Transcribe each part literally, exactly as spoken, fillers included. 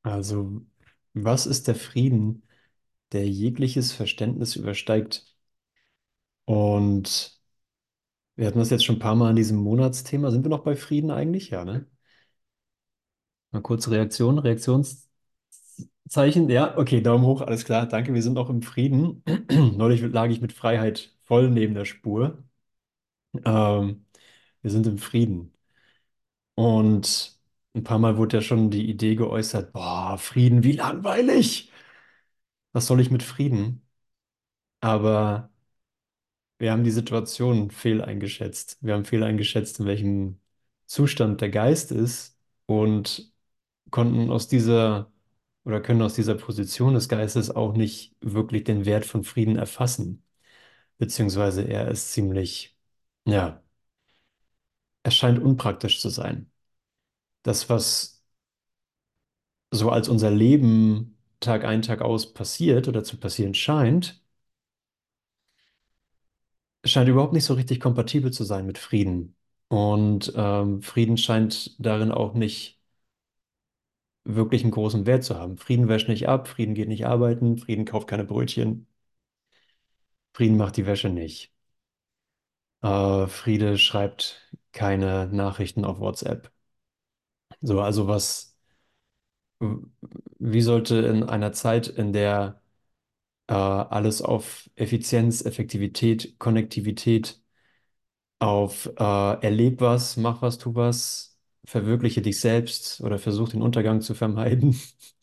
Also, was ist der Frieden, der jegliches Verständnis übersteigt? Und wir hatten das jetzt schon ein paar Mal in diesem Monatsthema. Sind wir noch bei Frieden eigentlich? Ja, ne? Mal kurze Reaktion, Reaktionszeichen. Ja, okay, Daumen hoch, alles klar, danke. Wir sind noch im Frieden. Neulich lag ich mit Freiheit voll neben der Spur. Ähm, Wir sind im Frieden. Und ein paar Mal wurde ja schon die Idee geäußert, boah, Frieden, wie langweilig. Was soll ich mit Frieden? Aber wir haben die Situation fehl eingeschätzt. Wir haben fehl eingeschätzt, in welchem Zustand der Geist ist und konnten aus dieser oder können aus dieser Position des Geistes auch nicht wirklich den Wert von Frieden erfassen. Beziehungsweise er ist ziemlich, ja, er scheint unpraktisch zu sein. Das, was so als unser Leben Tag ein, Tag aus passiert oder zu passieren scheint, scheint überhaupt nicht so richtig kompatibel zu sein mit Frieden. Und ähm, Frieden scheint darin auch nicht wirklich einen großen Wert zu haben. Frieden wäscht nicht ab, Frieden geht nicht arbeiten, Frieden kauft keine Brötchen, Frieden macht die Wäsche nicht. Äh, Friede schreibt keine Nachrichten auf WhatsApp. So, also was, wie sollte in einer Zeit, in der äh, alles auf Effizienz, Effektivität, Konnektivität, auf äh, erleb was, mach was, tu was, verwirkliche dich selbst oder versuch den Untergang zu vermeiden.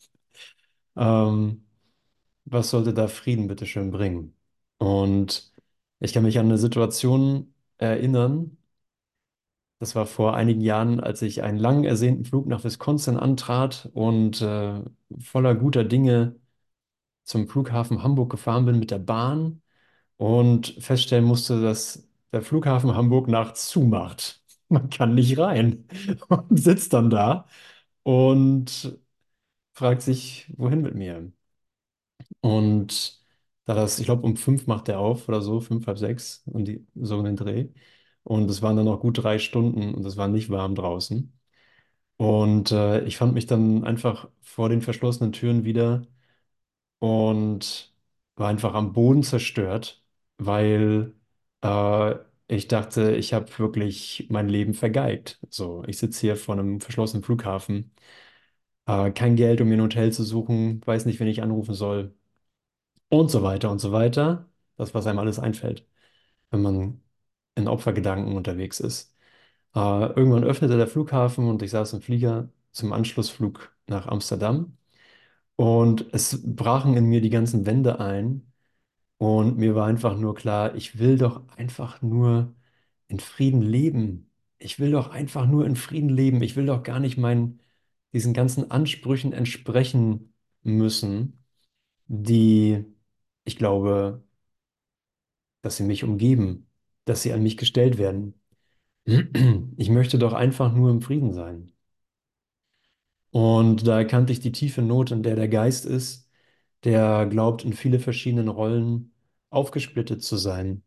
Ähm, Was sollte da Frieden bitte schön bringen? Und ich kann mich an eine Situation erinnern, das war vor einigen Jahren, als ich einen lang ersehnten Flug nach Wisconsin antrat und äh, voller guter Dinge zum Flughafen Hamburg gefahren bin mit der Bahn und feststellen musste, dass der Flughafen Hamburg nachts zumacht. Man kann nicht rein und sitzt dann da und fragt sich, wohin mit mir? Und da das, ich glaube, um fünf macht er auf oder so, fünf, halb sechs und die, so in den Dreh. Und es waren dann noch gut drei Stunden und es war nicht warm draußen. Und äh, ich fand mich dann einfach vor den verschlossenen Türen wieder und war einfach am Boden zerstört, weil äh, ich dachte, ich habe wirklich mein Leben vergeigt. So, ich sitze hier vor einem verschlossenen Flughafen, äh, kein Geld, um mir ein Hotel zu suchen, weiß nicht, wen ich anrufen soll und so weiter und so weiter. Das, was einem alles einfällt, wenn man in Opfergedanken unterwegs ist. Äh, irgendwann öffnete der Flughafen und ich saß im Flieger zum Anschlussflug nach Amsterdam. Und es brachen in mir die ganzen Wände ein. Und mir war einfach nur klar, ich will doch einfach nur in Frieden leben. Ich will doch einfach nur in Frieden leben. Ich will doch gar nicht meinen, diesen ganzen Ansprüchen entsprechen müssen, die, ich glaube, dass sie mich umgeben, dass sie an mich gestellt werden. Ich möchte doch einfach nur im Frieden sein. Und da erkannte ich die tiefe Not, in der der Geist ist, der glaubt, in viele verschiedene Rollen aufgesplittet zu sein.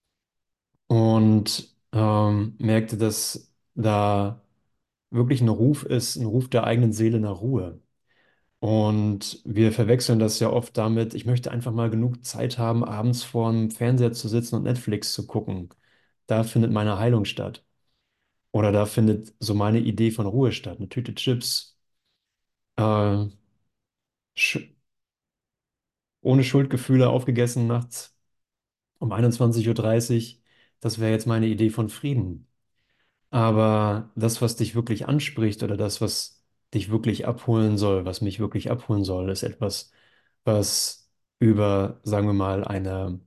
Und ähm, merkte, dass da wirklich ein Ruf ist, ein Ruf der eigenen Seele nach Ruhe. Und wir verwechseln das ja oft damit, ich möchte einfach mal genug Zeit haben, abends vor dem Fernseher zu sitzen und Netflix zu gucken. Da findet meine Heilung statt. Oder da findet so meine Idee von Ruhe statt. Eine Tüte Chips, äh, sch ohne Schuldgefühle aufgegessen nachts um einundzwanzig Uhr dreißig. Das wäre jetzt meine Idee von Frieden. Aber das, was dich wirklich anspricht oder das, was dich wirklich abholen soll, was mich wirklich abholen soll, ist etwas, was über, sagen wir mal, eine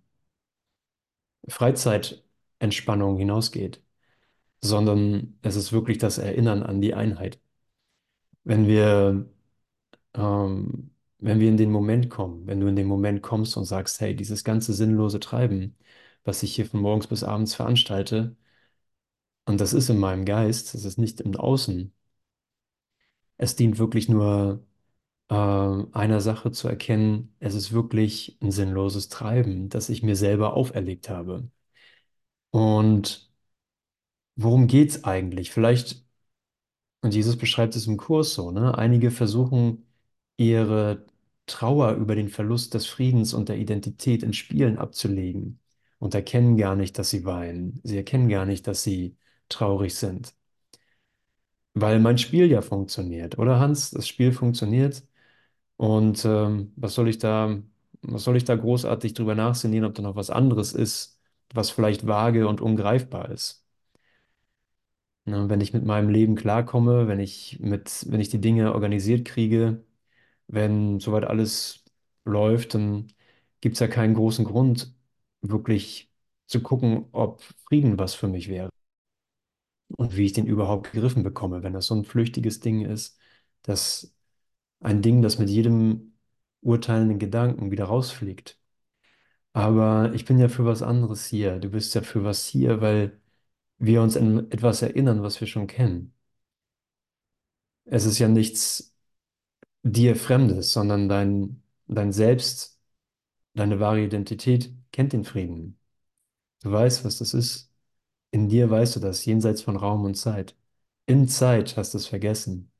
Freizeitentspannung hinausgeht, sondern es ist wirklich das Erinnern an die Einheit. Wenn wir, ähm, wenn wir in den Moment kommen, wenn du in den Moment kommst und sagst, hey, dieses ganze sinnlose Treiben, was ich hier von morgens bis abends veranstalte, und das ist in meinem Geist, das ist nicht im Außen, es dient wirklich nur äh, einer Sache zu erkennen, es ist wirklich ein sinnloses Treiben, das ich mir selber auferlegt habe. Und worum geht's eigentlich? Vielleicht, und Jesus beschreibt es im Kurs so, ne? Einige versuchen, ihre Trauer über den Verlust des Friedens und der Identität in Spielen abzulegen und erkennen gar nicht, dass sie weinen. Sie erkennen gar nicht, dass sie traurig sind. Weil mein Spiel ja funktioniert, oder Hans? Das Spiel funktioniert. Und ähm, was soll ich da, was soll ich da großartig drüber nachsinnieren, ob da noch was anderes ist, was vielleicht vage und ungreifbar ist? Ne, wenn ich mit meinem Leben klarkomme, wenn ich mit, wenn ich die Dinge organisiert kriege, wenn soweit alles läuft, dann gibt es ja keinen großen Grund, wirklich zu gucken, ob Frieden was für mich wäre und wie ich den überhaupt gegriffen bekomme, wenn das so ein flüchtiges Ding ist, das ein Ding, das mit jedem urteilenden Gedanken wieder rausfliegt. Aber ich bin ja für was anderes hier. Du bist ja für was hier, weil wir uns an etwas erinnern, was wir schon kennen. Es ist ja nichts dir Fremdes, sondern dein, dein Selbst, deine wahre Identität kennt den Frieden. Du weißt, was das ist. In dir weißt du das, jenseits von Raum und Zeit. In Zeit hast du es vergessen.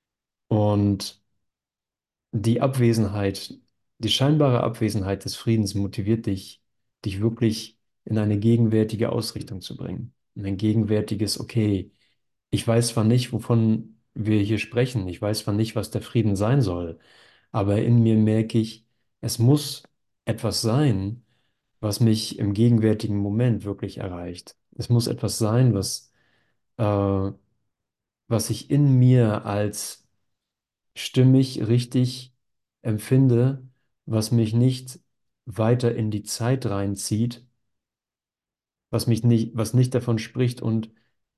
Und die Abwesenheit, die scheinbare Abwesenheit des Friedens motiviert dich, dich wirklich in eine gegenwärtige Ausrichtung zu bringen. In ein gegenwärtiges, okay, ich weiß zwar nicht, wovon wir hier sprechen, ich weiß zwar nicht, was der Frieden sein soll, aber in mir merke ich, es muss etwas sein, was mich im gegenwärtigen Moment wirklich erreicht. Es muss etwas sein, was, äh, was ich in mir als stimmig, richtig empfinde, was mich nicht weiter in die Zeit reinzieht, was mich nicht, was nicht davon spricht und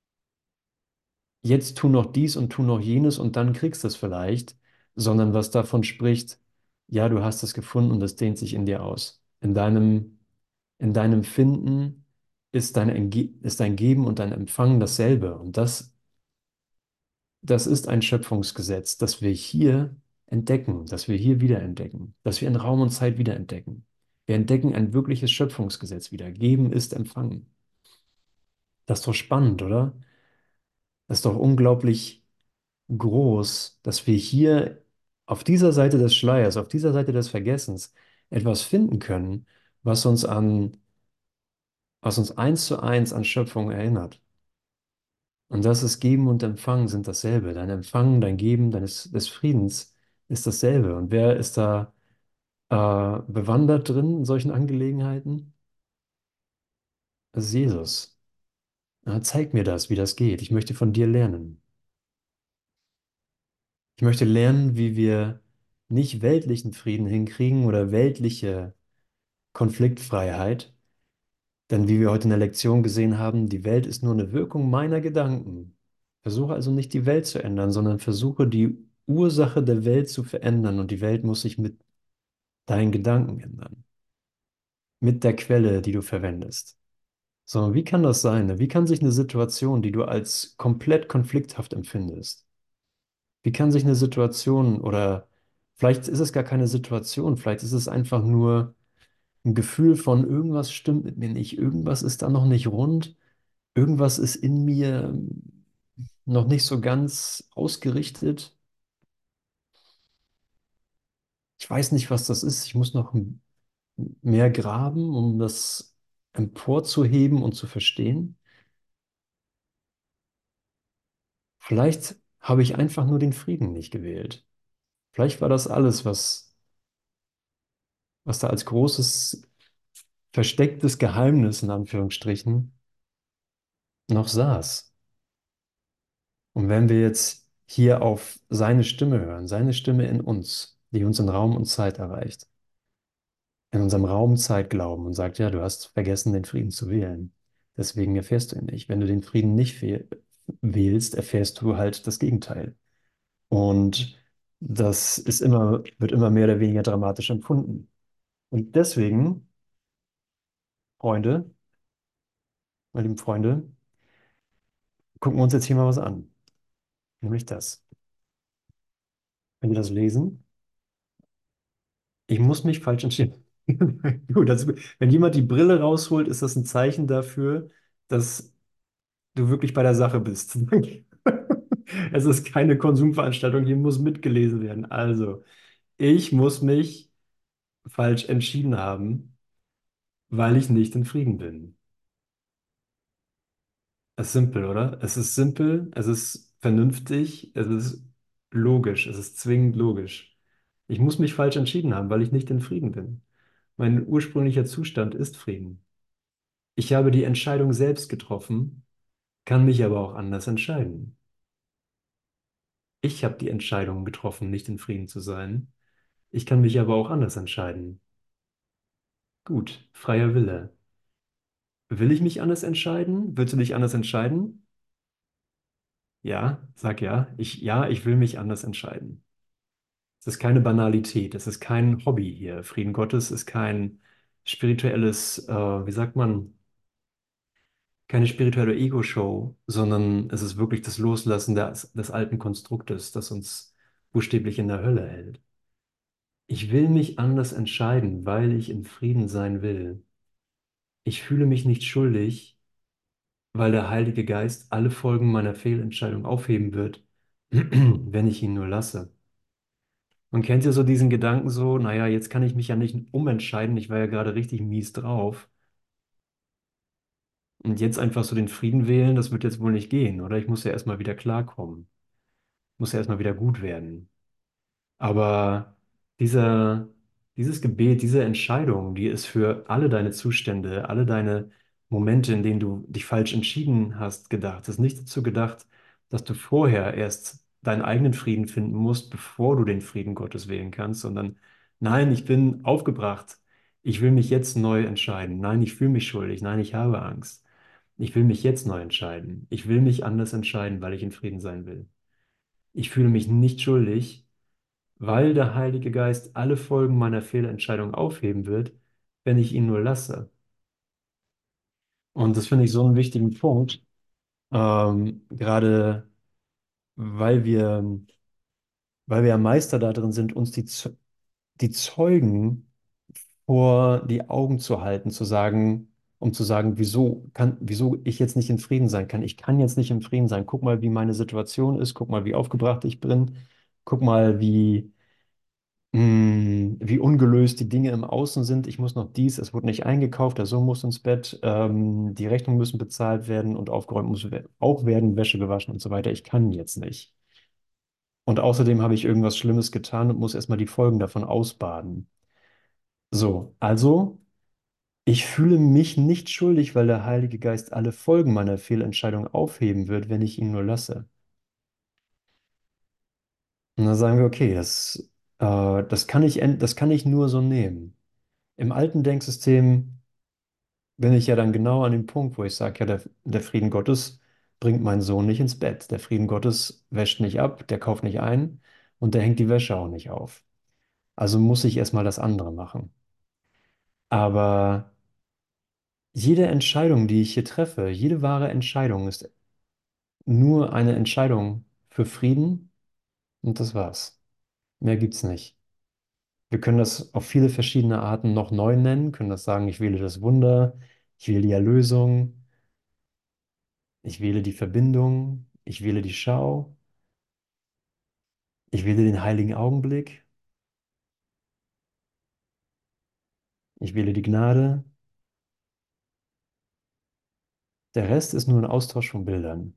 jetzt tu noch dies und tu noch jenes und dann kriegst du es vielleicht, sondern was davon spricht, ja, du hast es gefunden und das dehnt sich in dir aus. In deinem, in deinem Finden ist dein, Entge- ist dein Geben und dein Empfangen dasselbe. Und das, das ist ein Schöpfungsgesetz, das wir hier entdecken, das wir hier wiederentdecken, das wir in Raum und Zeit wiederentdecken. Wir entdecken ein wirkliches Schöpfungsgesetz wieder. Geben ist Empfangen. Das ist doch spannend, oder? Das ist doch unglaublich groß, dass wir hier auf dieser Seite des Schleiers, auf dieser Seite des Vergessens etwas finden können, was uns an, was uns eins zu eins an Schöpfung erinnert. Und das ist Geben und Empfangen sind dasselbe. Dein Empfangen, dein Geben deines, des Friedens ist dasselbe. Und wer ist da äh, bewandert drin in solchen Angelegenheiten? Das ist Jesus. Ja, zeig mir das, wie das geht. Ich möchte von dir lernen. Ich möchte lernen, wie wir nicht weltlichen Frieden hinkriegen oder weltliche Konfliktfreiheit. Denn wie wir heute in der Lektion gesehen haben, die Welt ist nur eine Wirkung meiner Gedanken. Versuche also nicht die Welt zu ändern, sondern versuche die Ursache der Welt zu verändern und die Welt muss sich mit deinen Gedanken ändern, mit der Quelle, die du verwendest. So, wie kann das sein? Ne? Wie kann sich eine Situation, die du als komplett konflikthaft empfindest, wie kann sich eine Situation oder vielleicht ist es gar keine Situation, vielleicht ist es einfach nur ein Gefühl von irgendwas stimmt mit mir nicht, irgendwas ist da noch nicht rund, irgendwas ist in mir noch nicht so ganz ausgerichtet. Ich weiß nicht, was das ist. Ich muss noch m- mehr graben, um das emporzuheben und zu verstehen. Vielleicht habe ich einfach nur den Frieden nicht gewählt. Vielleicht war das alles, was, was da als großes verstecktes Geheimnis in Anführungsstrichen noch saß. Und wenn wir jetzt hier auf seine Stimme hören, seine Stimme in uns, die uns in Raum und Zeit erreicht, in unserem Raum-Zeit glauben und sagt, ja, du hast vergessen, den Frieden zu wählen. Deswegen erfährst du ihn nicht. Wenn du den Frieden nicht wäh- wählst, erfährst du halt das Gegenteil. Und das ist immer, wird immer mehr oder weniger dramatisch empfunden. Und deswegen, Freunde, meine lieben Freunde, gucken wir uns jetzt hier mal was an. Nämlich das. Wenn wir das lesen, ich muss mich falsch entscheiden. Gut, das, wenn jemand die Brille rausholt, ist das ein Zeichen dafür, dass du wirklich bei der Sache bist. Es ist keine Konsumveranstaltung, hier muss mitgelesen werden. Also, Ich muss mich falsch entschieden haben, weil ich nicht in Frieden bin. Es ist simpel, oder? Es ist simpel, es ist vernünftig, es ist logisch, es ist zwingend logisch. Ich muss mich falsch entschieden haben, weil ich nicht in Frieden bin. Mein ursprünglicher Zustand ist Frieden. Ich habe die Entscheidung selbst getroffen, kann mich aber auch anders entscheiden. Ich habe die Entscheidung getroffen, nicht in Frieden zu sein. Ich kann mich aber auch anders entscheiden. Gut, freier Wille. Will ich mich anders entscheiden? Willst du dich anders entscheiden? Ja, sag ja. Ich, ja, ich will mich anders entscheiden. Es ist keine Banalität, es ist kein Hobby hier. Frieden Gottes ist kein spirituelles, äh, wie sagt man, keine spirituelle Ego-Show, sondern es ist wirklich das Loslassen des, des alten Konstruktes, das uns buchstäblich in der Hölle hält. Ich will mich anders entscheiden, weil ich in Frieden sein will. Ich fühle mich nicht schuldig, weil der Heilige Geist alle Folgen meiner Fehlentscheidung aufheben wird, wenn ich ihn nur lasse. Man kennt ja so diesen Gedanken so, naja, jetzt kann ich mich ja nicht umentscheiden, ich war ja gerade richtig mies drauf. Und jetzt einfach so den Frieden wählen, das wird jetzt wohl nicht gehen, oder? Ich muss ja erstmal wieder klarkommen, muss ja erstmal wieder gut werden. Aber dieser, dieses Gebet, diese Entscheidung, die ist für alle deine Zustände, alle deine Momente, in denen du dich falsch entschieden hast, gedacht. Es ist nicht dazu gedacht, dass du vorher erst deinen eigenen Frieden finden musst, bevor du den Frieden Gottes wählen kannst, sondern nein, ich bin aufgebracht. Ich will mich jetzt neu entscheiden. Nein, ich fühle mich schuldig. Nein, ich habe Angst. Ich will mich jetzt neu entscheiden. Ich will mich anders entscheiden, weil ich in Frieden sein will. Ich fühle mich nicht schuldig, weil der Heilige Geist alle Folgen meiner Fehlentscheidung aufheben wird, wenn ich ihn nur lasse. Und das finde ich so einen wichtigen Punkt, ähm, gerade weil wir, weil wir ja Meister darin sind, uns die, Z- die Zeugen vor die Augen zu halten, zu sagen, um zu sagen, wieso kann, wieso ich jetzt nicht in Frieden sein kann. Ich kann jetzt nicht in Frieden sein. Guck mal, wie meine Situation ist. Guck mal, wie aufgebracht ich bin. Guck mal, wie mh, wie ungelöst die Dinge im Außen sind. Ich muss noch dies, es wurde nicht eingekauft, der Sohn muss ins Bett, ähm, die Rechnungen müssen bezahlt werden und aufgeräumt muss we- auch werden, Wäsche gewaschen und so weiter. Ich kann jetzt nicht. Und außerdem habe ich irgendwas Schlimmes getan und muss erstmal die Folgen davon ausbaden. So, also, ich fühle mich nicht schuldig, weil der Heilige Geist alle Folgen meiner Fehlentscheidung aufheben wird, wenn ich ihn nur lasse. Und dann sagen wir, okay, das, äh, das kann ich, en- das kann ich nur so nehmen. Im alten Denksystem bin ich ja dann genau an dem Punkt, wo ich sage, ja, der, der Frieden Gottes bringt meinen Sohn nicht ins Bett. Der Frieden Gottes wäscht nicht ab, der kauft nicht ein und der hängt die Wäsche auch nicht auf. Also muss ich erstmal das andere machen. Aber jede Entscheidung, die ich hier treffe, jede wahre Entscheidung ist nur eine Entscheidung für Frieden und das war's. Mehr gibt's nicht. Wir können das auf viele verschiedene Arten noch neu nennen, können das sagen, ich wähle das Wunder, ich wähle die Erlösung, ich wähle die Verbindung, ich wähle die Schau, ich wähle den heiligen Augenblick, ich wähle die Gnade. Der Rest ist nur ein Austausch von Bildern.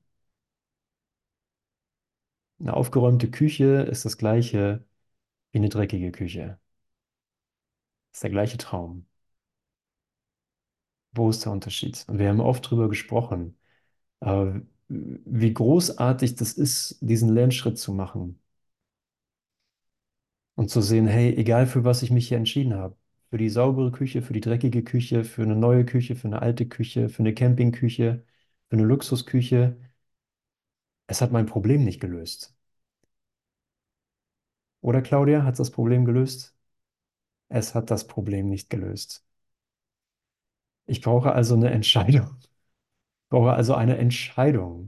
Eine aufgeräumte Küche ist das gleiche wie eine dreckige Küche. Ist der gleiche Traum. Wo ist der Unterschied? Und wir haben oft drüber gesprochen, äh, wie großartig das ist, diesen Lernschritt zu machen und zu sehen, hey, egal für was ich mich hier entschieden habe, für die saubere Küche, für die dreckige Küche, für eine neue Küche, für eine alte Küche, für eine Campingküche, für eine Luxusküche, es hat mein Problem nicht gelöst. Oder Claudia, hat das Problem gelöst? Es hat das Problem nicht gelöst. Ich brauche also eine Entscheidung. Ich brauche also eine Entscheidung,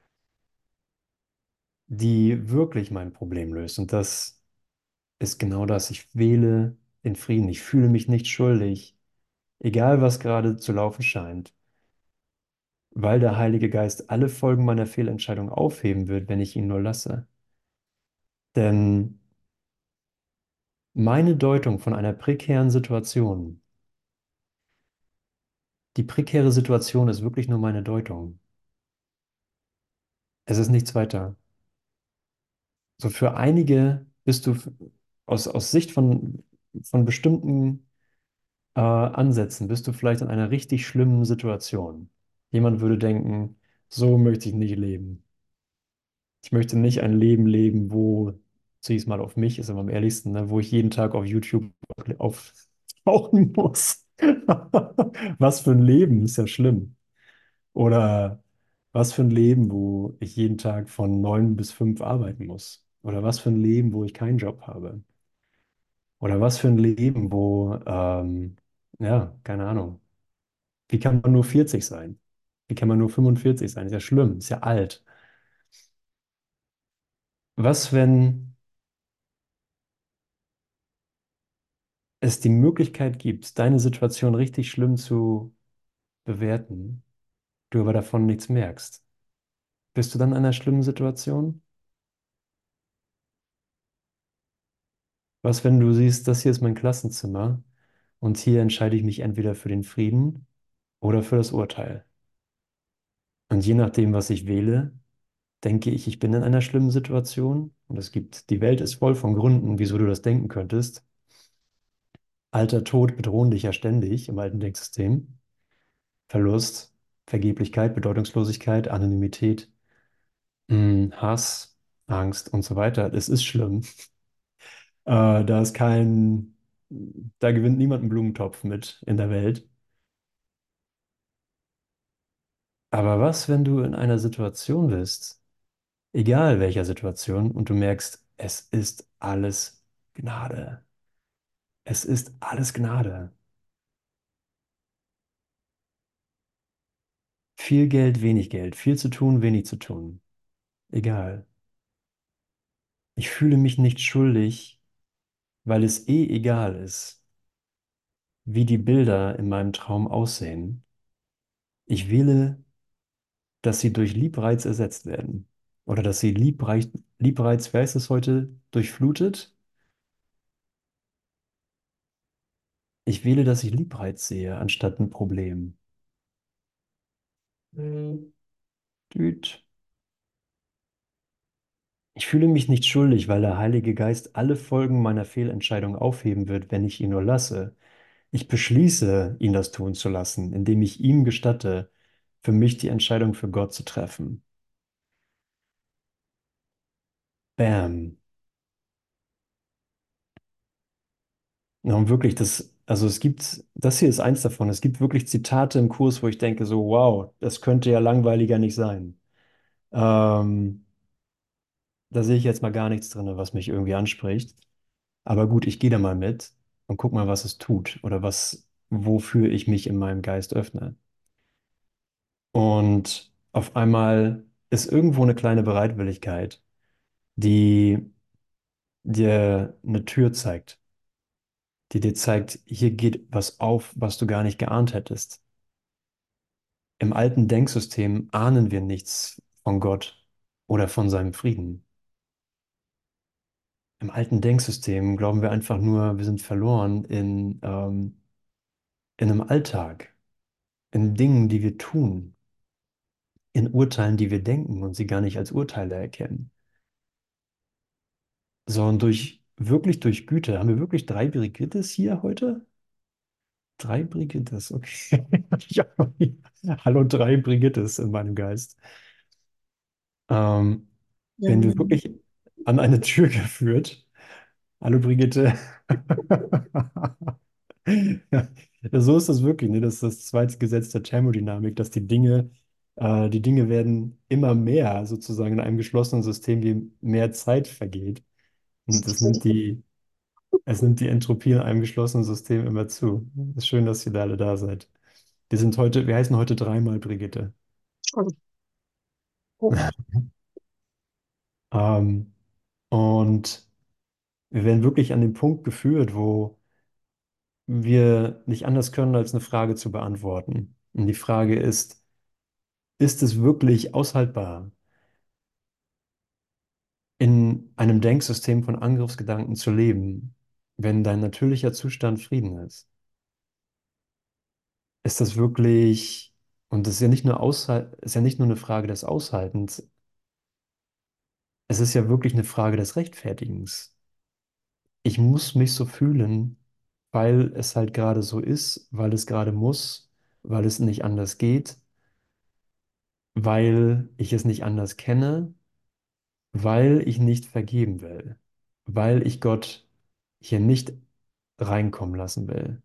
die wirklich mein Problem löst. Und das ist genau das. Ich wähle den Frieden. Ich fühle mich nicht schuldig, egal was gerade zu laufen scheint, weil der Heilige Geist alle Folgen meiner Fehlentscheidung aufheben wird, wenn ich ihn nur lasse. Denn Meine Deutung von einer prekären Situation, die prekäre Situation ist wirklich nur meine Deutung. Es ist nichts weiter. So für einige bist du f- aus, aus Sicht von, von bestimmten äh, Ansätzen, bist du vielleicht in einer richtig schlimmen Situation. Jemand würde denken, so möchte ich nicht leben. Ich möchte nicht ein Leben leben, wo, ziehe ich es mal auf mich, ist immer am ehrlichsten, ne, wo ich jeden Tag auf YouTube auftauchen muss. Was für ein Leben, ist ja schlimm. Oder was für ein Leben, wo ich jeden Tag von neun bis fünf arbeiten muss. Oder was für ein Leben, wo ich keinen Job habe. Oder was für ein Leben, wo, ähm, ja, keine Ahnung. Wie kann man nur vierzig sein? Wie kann man nur fünfundvierzig sein? Ist ja schlimm, ist ja alt. Was, wenn es die Möglichkeit gibt, deine Situation richtig schlimm zu bewerten, du aber davon nichts merkst? Bist du dann in einer schlimmen Situation? Was, wenn du siehst, das hier ist mein Klassenzimmer und hier entscheide ich mich entweder für den Frieden oder für das Urteil? Und je nachdem, was ich wähle, denke ich, ich bin in einer schlimmen Situation und es gibt, die Welt ist voll von Gründen, wieso du das denken könntest. Alter, Tod bedrohen dich ja ständig im alten Denksystem. Verlust, Vergeblichkeit, Bedeutungslosigkeit, Anonymität, mh, Hass, Angst und so weiter. Es ist schlimm. Äh, da ist kein, da gewinnt niemand einen Blumentopf mit in der Welt. Aber was, wenn du in einer Situation bist, egal welcher Situation, und du merkst, es ist alles Gnade. Es ist alles Gnade. Viel Geld, wenig Geld, viel zu tun, wenig zu tun. Egal. Ich fühle mich nicht schuldig, weil es eh egal ist, wie die Bilder in meinem Traum aussehen. Ich wähle, dass sie durch Liebreiz ersetzt werden. Oder dass sie Liebreiz, Liebreiz, wer ist es heute, durchflutet? Ich wähle, dass ich Liebreiz sehe, anstatt ein Problem. Hm. Düt. Ich fühle mich nicht schuldig, weil der Heilige Geist alle Folgen meiner Fehlentscheidung aufheben wird, wenn ich ihn nur lasse. Ich beschließe, ihn das tun zu lassen, indem ich ihm gestatte, für mich die Entscheidung für Gott zu treffen. Bam. Ja, und wirklich, das, also es gibt, das hier ist eins davon. Es gibt wirklich Zitate im Kurs, wo ich denke, so, wow, das könnte ja langweiliger nicht sein. Ähm, da sehe ich jetzt mal gar nichts drin, was mich irgendwie anspricht. Aber gut, ich gehe da mal mit und guck mal, was es tut oder was, wofür ich mich in meinem Geist öffne. Und auf einmal ist irgendwo eine kleine Bereitwilligkeit, die dir eine Tür zeigt, die dir zeigt, hier geht was auf, was du gar nicht geahnt hättest. Im alten Denksystem ahnen wir nichts von Gott oder von seinem Frieden. Im alten Denksystem glauben wir einfach nur, wir sind verloren in, ähm, in einem Alltag, in Dingen, die wir tun, in Urteilen, die wir denken und sie gar nicht als Urteile erkennen. Sondern durch, wirklich durch Güte. Haben wir wirklich drei Brigittes hier heute? Drei Brigittes, okay. Ja, hallo, drei Brigittes in meinem Geist. Ähm, Ja, Wenn du wirklich an eine Tür geführt. Hallo Brigitte. Ja, so ist das wirklich, ne? Das ist das zweite Gesetz der Thermodynamik, dass die Dinge, äh, die Dinge werden immer mehr sozusagen in einem geschlossenen System, je mehr Zeit vergeht. Und es nimmt die, es nimmt die Entropie in einem geschlossenen System immer zu. Es ist schön, dass ihr da alle da seid. Wir sind heute, wir heißen heute dreimal Brigitte. Ähm, und wir werden wirklich an den Punkt geführt, wo wir nicht anders können, als eine Frage zu beantworten. Und die Frage ist, ist es wirklich aushaltbar, in einem Denksystem von Angriffsgedanken zu leben, wenn dein natürlicher Zustand Frieden ist, ist das wirklich, und das ist ja nicht nur Aushal ist ja nicht nur eine Frage des Aushaltens, es ist ja wirklich eine Frage des Rechtfertigens. Ich muss mich so fühlen, weil es halt gerade so ist, weil es gerade muss, weil es nicht anders geht, weil ich es nicht anders kenne, weil ich nicht vergeben will, weil ich Gott hier nicht reinkommen lassen will.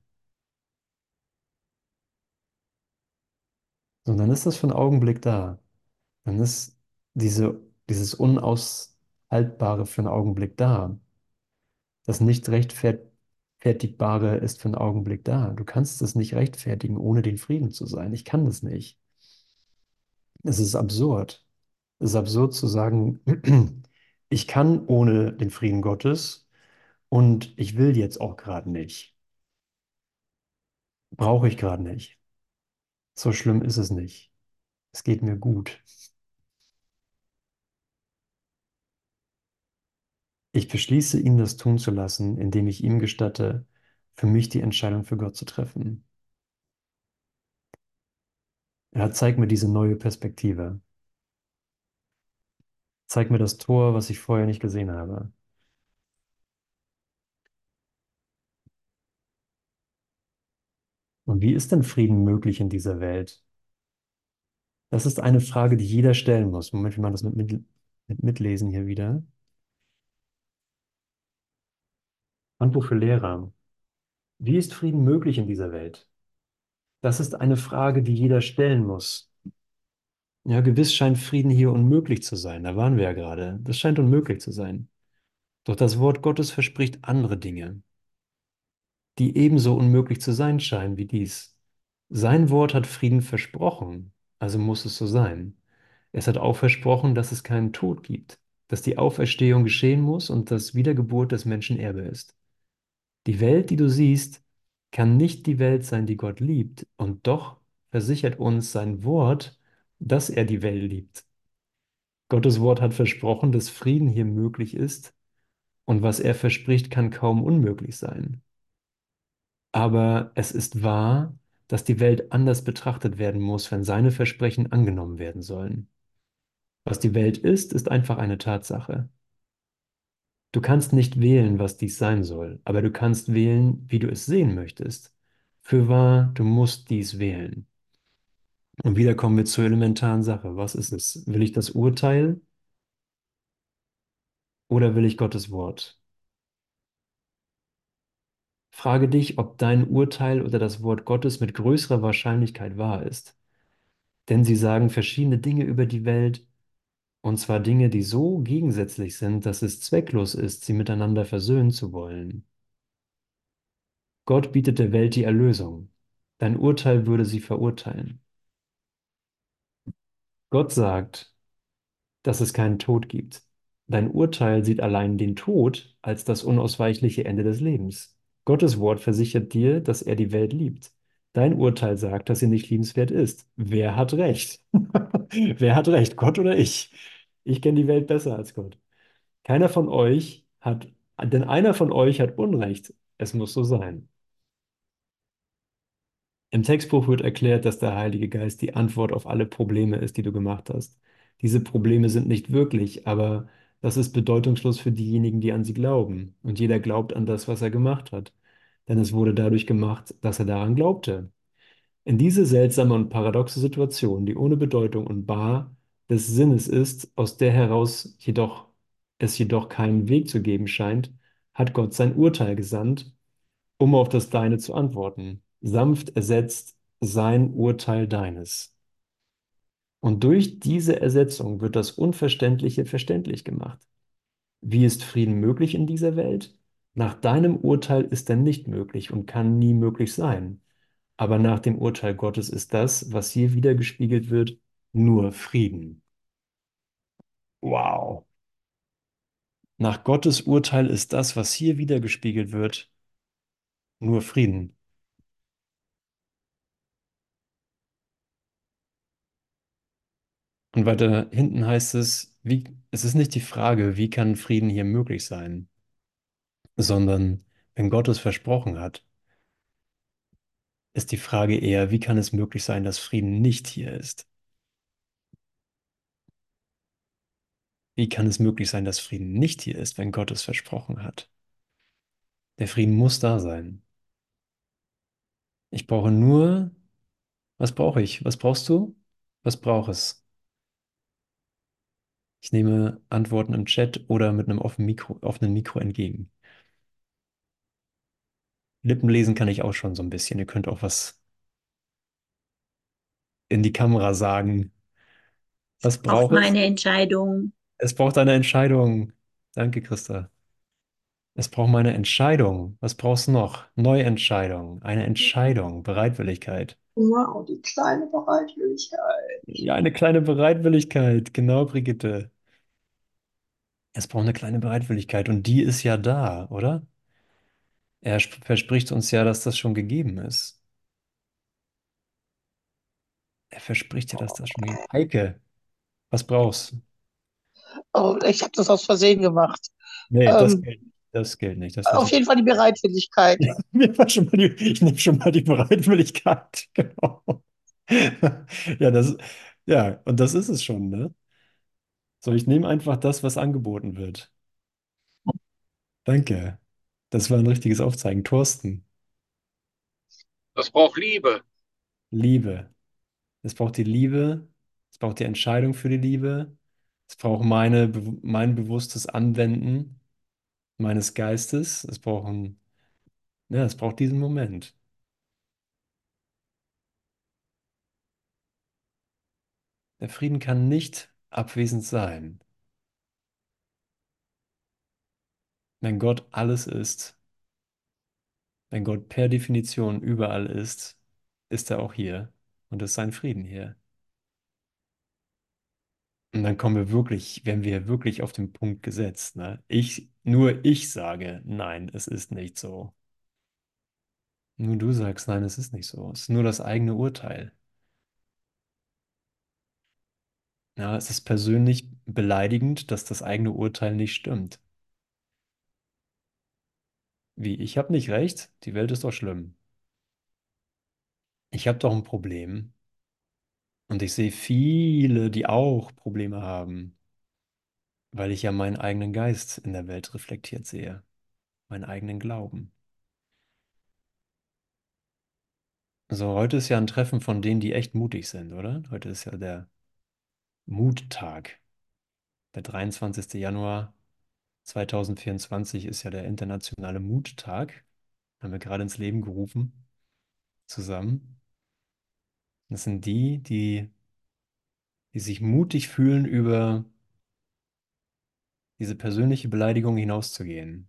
Und dann ist das für einen Augenblick da. Dann ist diese, dieses Unaushaltbare für einen Augenblick da. Das nicht rechtfertigbare ist für einen Augenblick da. Du kannst es nicht rechtfertigen, ohne den Frieden zu sein. Ich kann das nicht. Es ist absurd. Es ist absurd zu sagen, ich kann ohne den Frieden Gottes und ich will jetzt auch gerade nicht. Brauche ich gerade nicht. So schlimm ist es nicht. Es geht mir gut. Ich beschließe, ihn das tun zu lassen, indem ich ihm gestatte, für mich die Entscheidung für Gott zu treffen. Ja, zeig mir diese neue Perspektive. Zeig mir das Tor, was ich vorher nicht gesehen habe. Und wie ist denn Frieden möglich in dieser Welt? Das ist eine Frage, die jeder stellen muss. Moment, wir machen das mit, mit, mit Mitlesen hier wieder. Handbuch für Lehrer. Wie ist Frieden möglich in dieser Welt? Das ist eine Frage, die jeder stellen muss. Ja, gewiss scheint Frieden hier unmöglich zu sein. Da waren wir ja gerade. Das scheint unmöglich zu sein. Doch das Wort Gottes verspricht andere Dinge, die ebenso unmöglich zu sein scheinen wie dies. Sein Wort hat Frieden versprochen, also muss es so sein. Es hat auch versprochen, dass es keinen Tod gibt, dass die Auferstehung geschehen muss und dass Wiedergeburt des Menschen Erbe ist. Die Welt, die du siehst, kann nicht die Welt sein, die Gott liebt, und doch versichert uns sein Wort, dass er die Welt liebt. Gottes Wort hat versprochen, dass Frieden hier möglich ist, und was er verspricht, kann kaum unmöglich sein. Aber es ist wahr, dass die Welt anders betrachtet werden muss, wenn seine Versprechen angenommen werden sollen. Was die Welt ist, ist einfach eine Tatsache. Du kannst nicht wählen, was dies sein soll, aber du kannst wählen, wie du es sehen möchtest. Fürwahr, du musst dies wählen. Und wieder kommen wir zur elementaren Sache. Was ist es? Will ich das Urteil oder will ich Gottes Wort? Frage dich, ob dein Urteil oder das Wort Gottes mit größerer Wahrscheinlichkeit wahr ist. Denn sie sagen verschiedene Dinge über die Welt, und zwar Dinge, die so gegensätzlich sind, dass es zwecklos ist, sie miteinander versöhnen zu wollen. Gott bietet der Welt die Erlösung. Dein Urteil würde sie verurteilen. Gott sagt, dass es keinen Tod gibt. Dein Urteil sieht allein den Tod als das unausweichliche Ende des Lebens. Gottes Wort versichert dir, dass er die Welt liebt. Dein Urteil sagt, dass sie nicht liebenswert ist. Wer hat recht? Wer hat recht, Gott oder ich? Ich kenne die Welt besser als Gott. Keiner von euch hat, denn einer von euch hat Unrecht. Es muss so sein. Im Textbuch wird erklärt, dass der Heilige Geist die Antwort auf alle Probleme ist, die du gemacht hast. Diese Probleme sind nicht wirklich, aber das ist bedeutungslos für diejenigen, die an sie glauben. Und jeder glaubt an das, was er gemacht hat. Denn es wurde dadurch gemacht, dass er daran glaubte. In diese seltsame und paradoxe Situation, die ohne Bedeutung und bar des Sinnes ist, aus der heraus jedoch es jedoch keinen Weg zu geben scheint, hat Gott sein Urteil gesandt, um auf das Deine zu antworten. Sanft ersetzt sein Urteil deines. Und durch diese Ersetzung wird das Unverständliche verständlich gemacht. Wie ist Frieden möglich in dieser Welt? Nach deinem Urteil ist er nicht möglich und kann nie möglich sein. Aber nach dem Urteil Gottes ist das, was hier wiedergespiegelt wird, nur Frieden. Wow. Nach Gottes Urteil ist das, was hier wiedergespiegelt wird, nur Frieden. Und weiter hinten heißt es, wie, es ist nicht die Frage, wie kann Frieden hier möglich sein, sondern Wenn Gott es versprochen hat, ist die Frage eher, wie kann es möglich sein, dass Frieden nicht hier ist? Wie kann es möglich sein, dass Frieden nicht hier ist, wenn Gott es versprochen hat? Der Frieden muss da sein. Ich brauche nur, was brauche ich? Was brauchst du? Was braucht es? Ich nehme Antworten im Chat oder mit einem offenen Mikro, offenen Mikro entgegen. Lippenlesen kann ich auch schon so ein bisschen. Ihr könnt auch was in die Kamera sagen. Was Auch braucht es? meine Entscheidung. Es braucht eine Entscheidung. Danke, Christa. Es braucht meine Entscheidung. Was brauchst du noch? Neuentscheidung. Eine Entscheidung. Bereitwilligkeit. Wow, die kleine Bereitwilligkeit. Ja, eine kleine Bereitwilligkeit. Genau, Brigitte. Es braucht eine kleine Bereitwilligkeit. Und die ist ja da, oder? Er sp- verspricht uns ja, dass das schon gegeben ist. Er verspricht ja, dass das schon gegeben ist. Heike, was brauchst du? Oh, ich habe das aus Versehen gemacht. Nee, das Ähm, gilt nicht. Das gilt nicht. Das lasse auf ich. jeden Fall die Bereitwilligkeit. Ich nehme schon mal die, ich nehme schon mal die Bereitwilligkeit. Genau. Ja, das, ja, und das ist es schon, ne? So, ich nehme einfach das, was angeboten wird. Danke. Das war ein richtiges Aufzeigen. Thorsten, Das braucht Liebe. Liebe. Es braucht die Liebe. Es braucht die Entscheidung für die Liebe. Es braucht meine, be- mein bewusstes Anwenden meines Geistes. Es braucht ein, ja, es braucht diesen Moment. Der Frieden kann nicht abwesend sein. Wenn Gott alles ist, wenn Gott per Definition überall ist, ist er auch hier und ist sein Frieden hier. Und dann kommen wir wirklich, werden wir wirklich auf den Punkt gesetzt, ne? Ich, nur ich sage, nein, es ist nicht so. Nur du sagst, nein, es ist nicht so. Es ist nur das eigene Urteil. Ja, es ist persönlich beleidigend, dass das eigene Urteil nicht stimmt. Wie, ich habe nicht recht? Die Welt ist doch schlimm. Ich habe doch ein Problem. Und ich sehe viele, die auch Probleme haben, weil ich ja meinen eigenen Geist in der Welt reflektiert sehe, meinen eigenen Glauben. So, heute ist ja ein Treffen von denen, die echt mutig sind, oder? Heute ist ja der Muttag. Der dreiundzwanzigste Januar zweitausendvierundzwanzig ist ja der internationale Muttag. Haben wir gerade ins Leben gerufen, zusammen. Das sind die, die, die sich mutig fühlen, über diese persönliche Beleidigung hinauszugehen.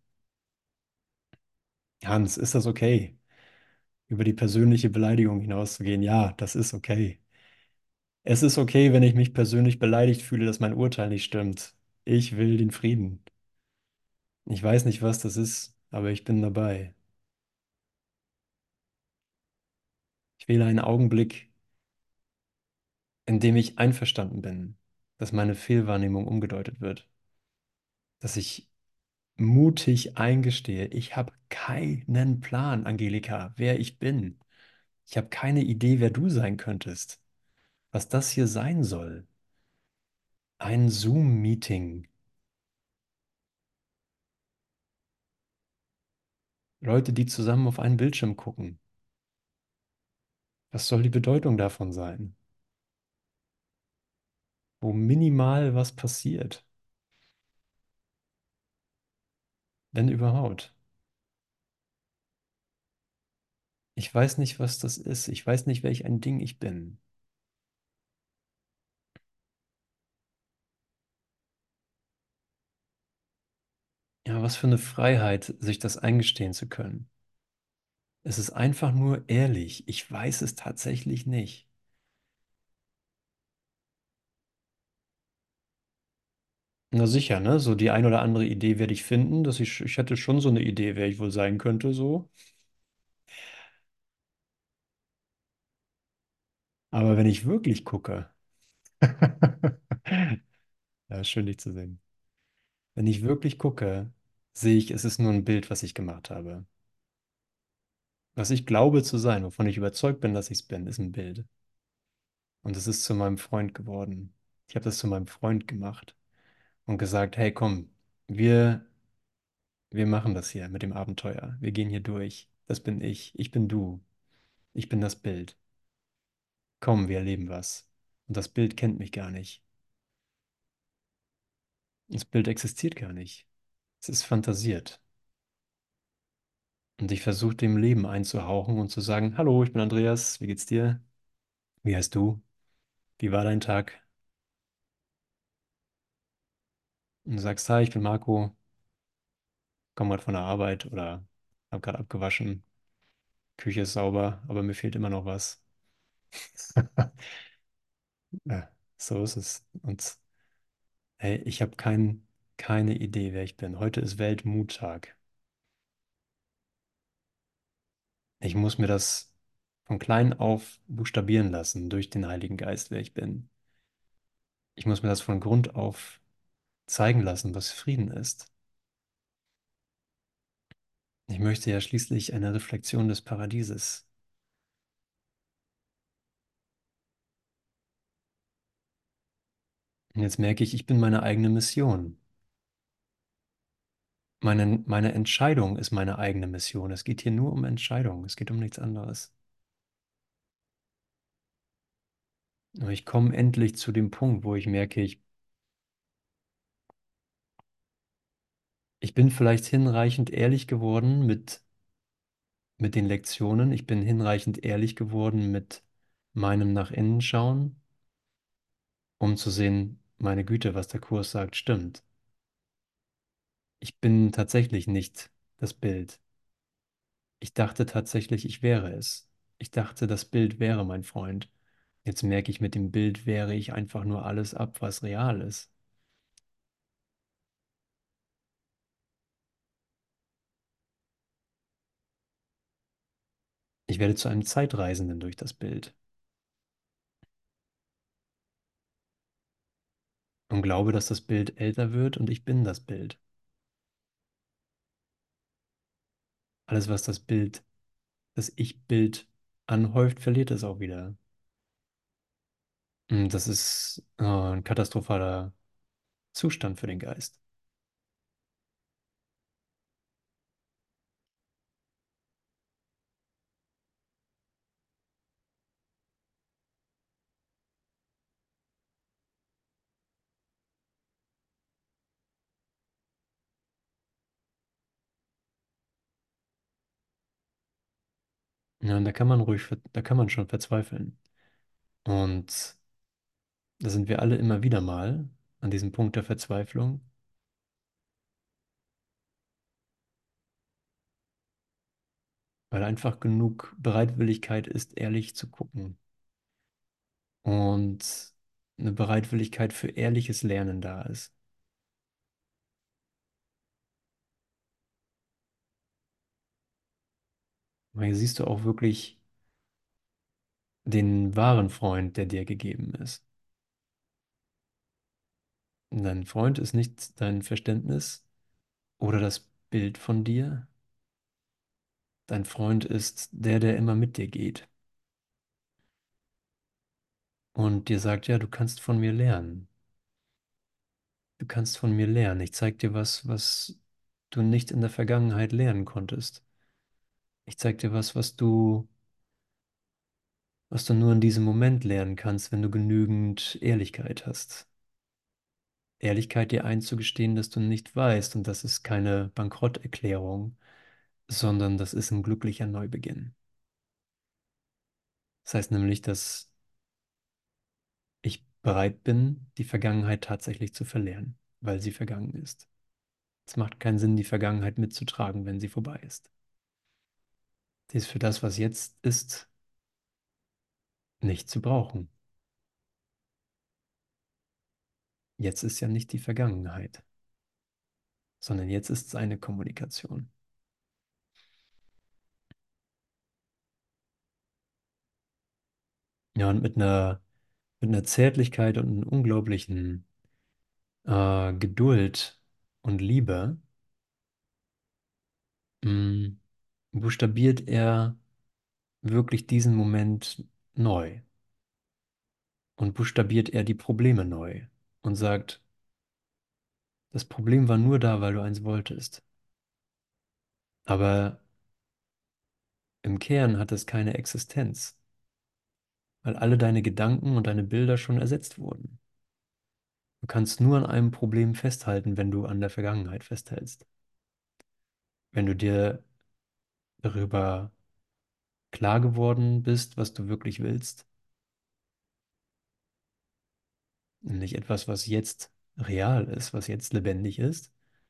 Hans, ist das okay, über die persönliche Beleidigung hinauszugehen? Ja, das ist okay. Es ist okay, wenn ich mich persönlich beleidigt fühle, dass mein Urteil nicht stimmt. Ich will den Frieden. Ich weiß nicht, was das ist, aber ich bin dabei. Ich wähle einen Augenblick, in dem ich einverstanden bin, dass meine Fehlwahrnehmung umgedeutet wird. Dass ich mutig eingestehe, ich habe keinen Plan, Angelika, wer ich bin. Ich habe keine Idee, wer du sein könntest. Was das hier sein soll. Ein Zoom-Meeting. Leute, die zusammen auf einen Bildschirm gucken. Was soll die Bedeutung davon sein? Wo minimal was passiert, wenn überhaupt. Ich weiß nicht, was das ist. Ich weiß nicht, welch ein Ding ich bin. Ja, was für eine Freiheit, sich das eingestehen zu können. Es ist einfach nur ehrlich. Ich weiß es tatsächlich nicht. Na sicher, ne? So die ein oder andere Idee werde ich finden, dass ich, ich hätte schon so eine Idee, wer ich wohl sein könnte, so. Aber wenn ich wirklich gucke, ja, schön dich zu sehen. Wenn ich wirklich gucke, sehe ich, es ist nur ein Bild, was ich gemacht habe. Was ich glaube zu sein, wovon ich überzeugt bin, dass ich es bin, ist ein Bild. Und es ist zu meinem Freund geworden. Ich habe das zu meinem Freund gemacht und gesagt, hey, komm, wir, wir machen das hier mit dem Abenteuer. Wir gehen hier durch. Das bin ich. Ich bin du. Ich bin das Bild. Komm, wir erleben was. Und das Bild kennt mich gar nicht. Das Bild existiert gar nicht. Es ist fantasiert. Und ich versuche dem Leben einzuhauchen und zu sagen, hallo, ich bin Andreas, wie geht's dir? Wie heißt du? Wie war dein Tag? Und du sagst, hi, ich bin Marco, komme gerade von der Arbeit oder habe gerade abgewaschen. Küche ist sauber, aber mir fehlt immer noch was. Ja, so ist es. Und hey, ich habe kein, keine Idee, wer ich bin. Heute ist Weltmuttag. Ich muss mir das von klein auf buchstabieren lassen durch den Heiligen Geist, wer ich bin. Ich muss mir das von Grund auf zeigen lassen, was Frieden ist. Ich möchte ja schließlich eine Reflexion des Paradieses. Und jetzt merke ich, ich bin meine eigene Mission. Meine, meine Entscheidung ist meine eigene Mission. Es geht hier nur um Entscheidung. Es geht um nichts anderes. Aber ich komme endlich zu dem Punkt, wo ich merke, ich, ich bin vielleicht hinreichend ehrlich geworden mit, mit den Lektionen. Ich bin hinreichend ehrlich geworden mit meinem Nach innen schauen, um zu sehen, meine Güte, was der Kurs sagt, stimmt. Ich bin tatsächlich nicht das Bild. Ich dachte tatsächlich, ich wäre es. Ich dachte, das Bild wäre mein Freund. Jetzt merke ich, mit dem Bild wehre ich einfach nur alles ab, was real ist. Ich werde zu einem Zeitreisenden durch das Bild und glaube, dass das Bild älter wird und ich bin das Bild. Alles, was das Bild, das Ich-Bild anhäuft, verliert es auch wieder. Und das ist äh, ein katastrophaler Zustand für den Geist. Ja, und da kann man ruhig, ver- da kann man schon verzweifeln. Und da sind wir alle immer wieder mal an diesem Punkt der Verzweiflung, weil einfach genug Bereitwilligkeit ist, ehrlich zu gucken und eine Bereitwilligkeit für ehrliches Lernen da ist. Weil hier siehst du auch wirklich den wahren Freund, der dir gegeben ist. Und dein Freund ist nicht dein Verständnis oder das Bild von dir. Dein Freund ist der, der immer mit dir geht und dir sagt, ja, du kannst von mir lernen. Du kannst von mir lernen. Ich zeig dir was, was du nicht in der Vergangenheit lernen konntest. Ich zeig dir was, was du, was du nur in diesem Moment lernen kannst, wenn du genügend Ehrlichkeit hast. Ehrlichkeit dir einzugestehen, dass du nicht weißt, und das ist keine Bankrotterklärung, sondern das ist ein glücklicher Neubeginn. Das heißt nämlich, dass ich bereit bin, die Vergangenheit tatsächlich zu verlernen, weil sie vergangen ist. Es macht keinen Sinn, die Vergangenheit mitzutragen, wenn sie vorbei ist. Sie ist für das, was jetzt ist, nicht zu brauchen. Jetzt ist ja nicht die Vergangenheit, sondern jetzt ist seine Kommunikation. Ja, und mit einer, mit einer Zärtlichkeit und einer unglaublichen äh, Geduld und Liebe mh, buchstabiert er wirklich diesen Moment neu und buchstabiert er die Probleme neu und sagt, das Problem war nur da, weil du eins wolltest. Aber im Kern hat es keine Existenz, weil alle deine Gedanken und deine Bilder schon ersetzt wurden. Du kannst nur an einem Problem festhalten, wenn du an der Vergangenheit festhältst. Wenn du dir darüber klar geworden bist, was du wirklich willst, nämlich etwas, was jetzt real ist, was jetzt lebendig ist,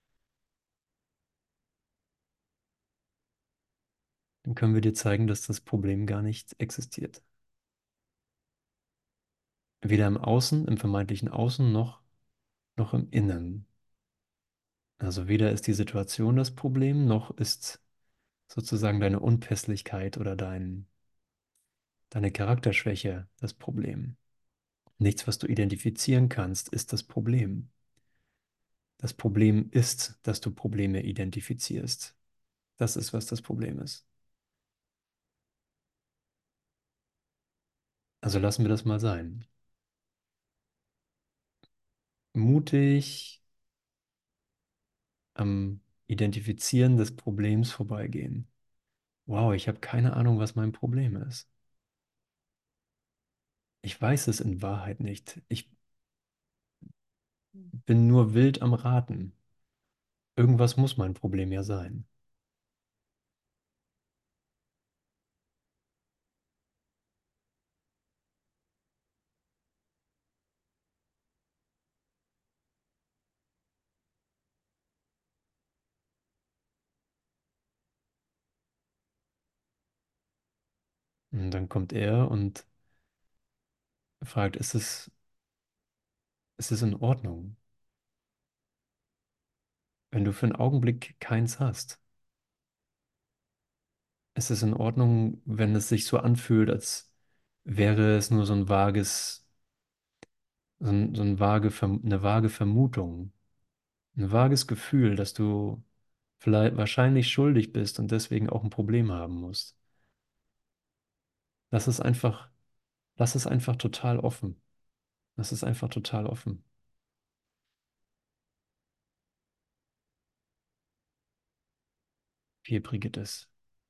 dann können wir dir zeigen, dass das Problem gar nicht existiert. Weder im Außen, im vermeintlichen Außen, noch, noch im Innen. Also weder ist die Situation das Problem, noch ist sozusagen deine Unpässlichkeit oder dein, deine Charakterschwäche das Problem. Nichts, was du identifizieren kannst, ist das Problem. Das Problem ist, dass du Probleme identifizierst. Das ist, was das Problem ist. Also lassen wir das mal sein. Mutig am Identifizieren des Problems vorbeigehen. Wow, ich habe keine Ahnung, was mein Problem ist. Ich weiß es in Wahrheit nicht. Ich bin nur wild am Raten. Irgendwas muss mein Problem ja sein. Und dann kommt er und fragt, ist es, ist es in Ordnung, wenn du für einen Augenblick keins hast? Ist es in Ordnung, wenn es sich so anfühlt, als wäre es nur so ein vages, so ein, so ein vage, Verm- eine vage Vermutung, ein vages Gefühl, dass du vielleicht wahrscheinlich schuldig bist und deswegen auch ein Problem haben musst? Lass es einfach, lass es einfach total offen. Lass es einfach total offen. Wie Brigitte ist.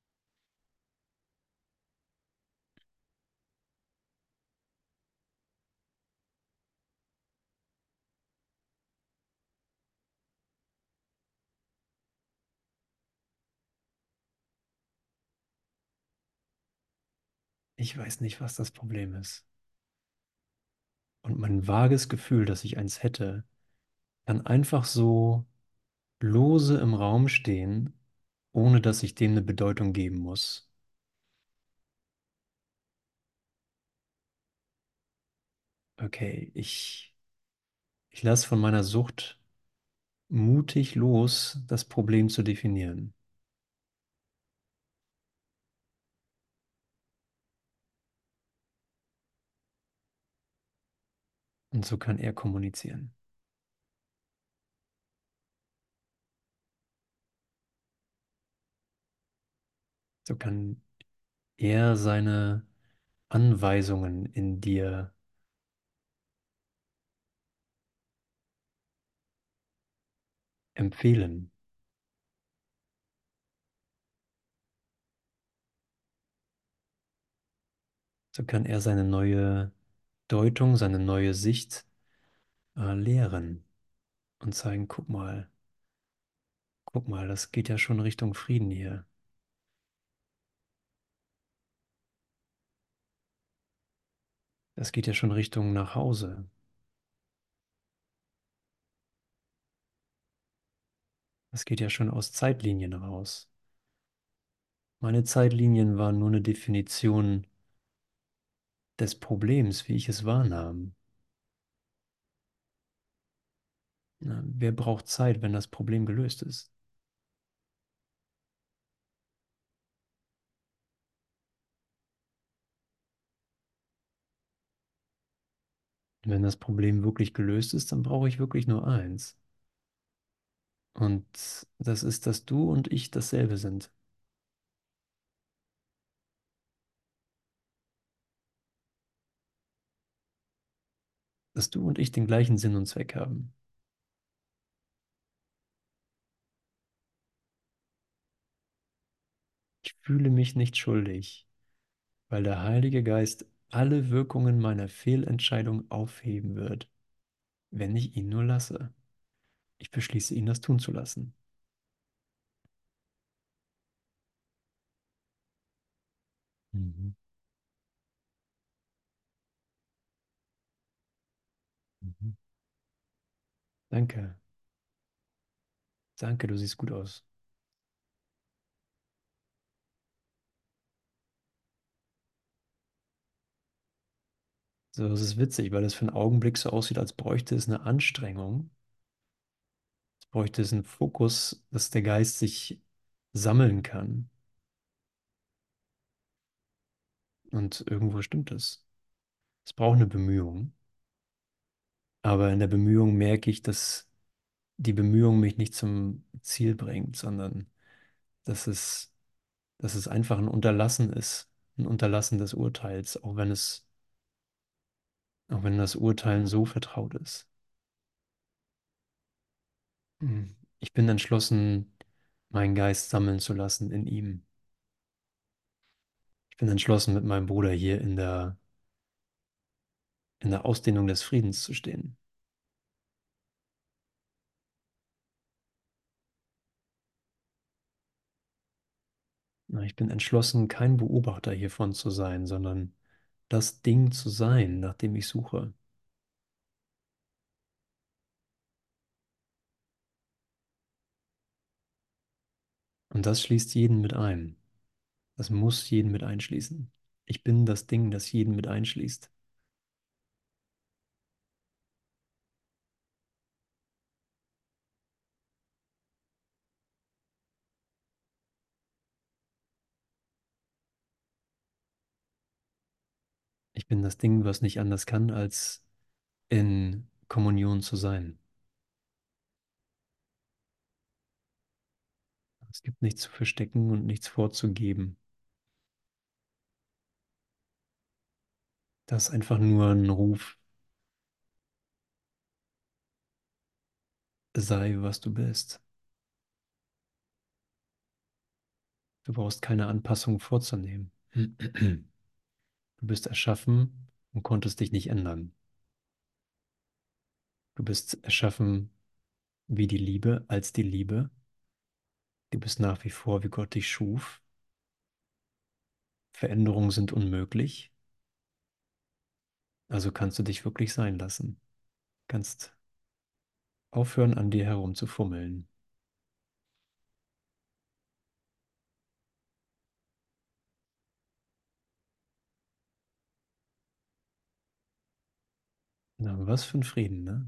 Ich weiß nicht, was das Problem ist. Und mein vages Gefühl, dass ich eins hätte, kann einfach so lose im Raum stehen, ohne dass ich dem eine Bedeutung geben muss. Okay, ich, ich lasse von meiner Sucht mutig los, das Problem zu definieren. Und so kann er kommunizieren. So kann er seine Anweisungen in dir empfehlen. So kann er seine neue Deutung, seine neue Sicht äh, lehren und zeigen, guck mal, guck mal, das geht ja schon Richtung Frieden hier. Das geht ja schon Richtung nach Hause. Das geht ja schon aus Zeitlinien raus. Meine Zeitlinien waren nur eine Definition des Problems, wie ich es wahrnahm. Na, wer braucht Zeit, wenn das Problem gelöst ist? Wenn das Problem wirklich gelöst ist, dann brauche ich wirklich nur eins. Und das ist, dass du und ich dasselbe sind. dass du und ich den gleichen Sinn und Zweck haben. Ich fühle mich nicht schuldig, weil der Heilige Geist alle Wirkungen meiner Fehlentscheidung aufheben wird, wenn ich ihn nur lasse. Ich beschließe ihn, das tun zu lassen. Mhm. Mhm. Danke. Danke, du siehst gut aus. So, es ist witzig, weil es für einen Augenblick so aussieht, als bräuchte es eine Anstrengung. Es bräuchte es einen Fokus, dass der Geist sich sammeln kann. Und irgendwo stimmt es. Es braucht eine Bemühung. Aber in der Bemühung merke ich, dass die Bemühung mich nicht zum Ziel bringt, sondern dass es, dass es einfach ein Unterlassen ist. Ein Unterlassen des Urteils, auch wenn es, auch wenn das Urteilen so vertraut ist. Hm. Ich bin entschlossen, meinen Geist sammeln zu lassen in ihm. Ich bin entschlossen, mit meinem Bruder hier in der, in der Ausdehnung des Friedens zu stehen. Na, ich bin entschlossen, kein Beobachter hiervon zu sein, sondern das Ding zu sein, nach dem ich suche. Und das schließt jeden mit ein. Das muss jeden mit einschließen. Ich bin das Ding, das jeden mit einschließt. Ich bin das Ding, was nicht anders kann, als in Kommunion zu sein. Es gibt nichts zu verstecken und nichts vorzugeben. Das ist einfach nur ein Ruf, sei, was du bist. Du brauchst keine Anpassung vorzunehmen. Du bist erschaffen und konntest dich nicht ändern. Du bist erschaffen wie die Liebe, als die Liebe. Du bist nach wie vor, wie Gott dich schuf. Veränderungen sind unmöglich. Also kannst du dich wirklich sein lassen. Kannst aufhören, an dir herumzufummeln. Na, was für ein Frieden, ne?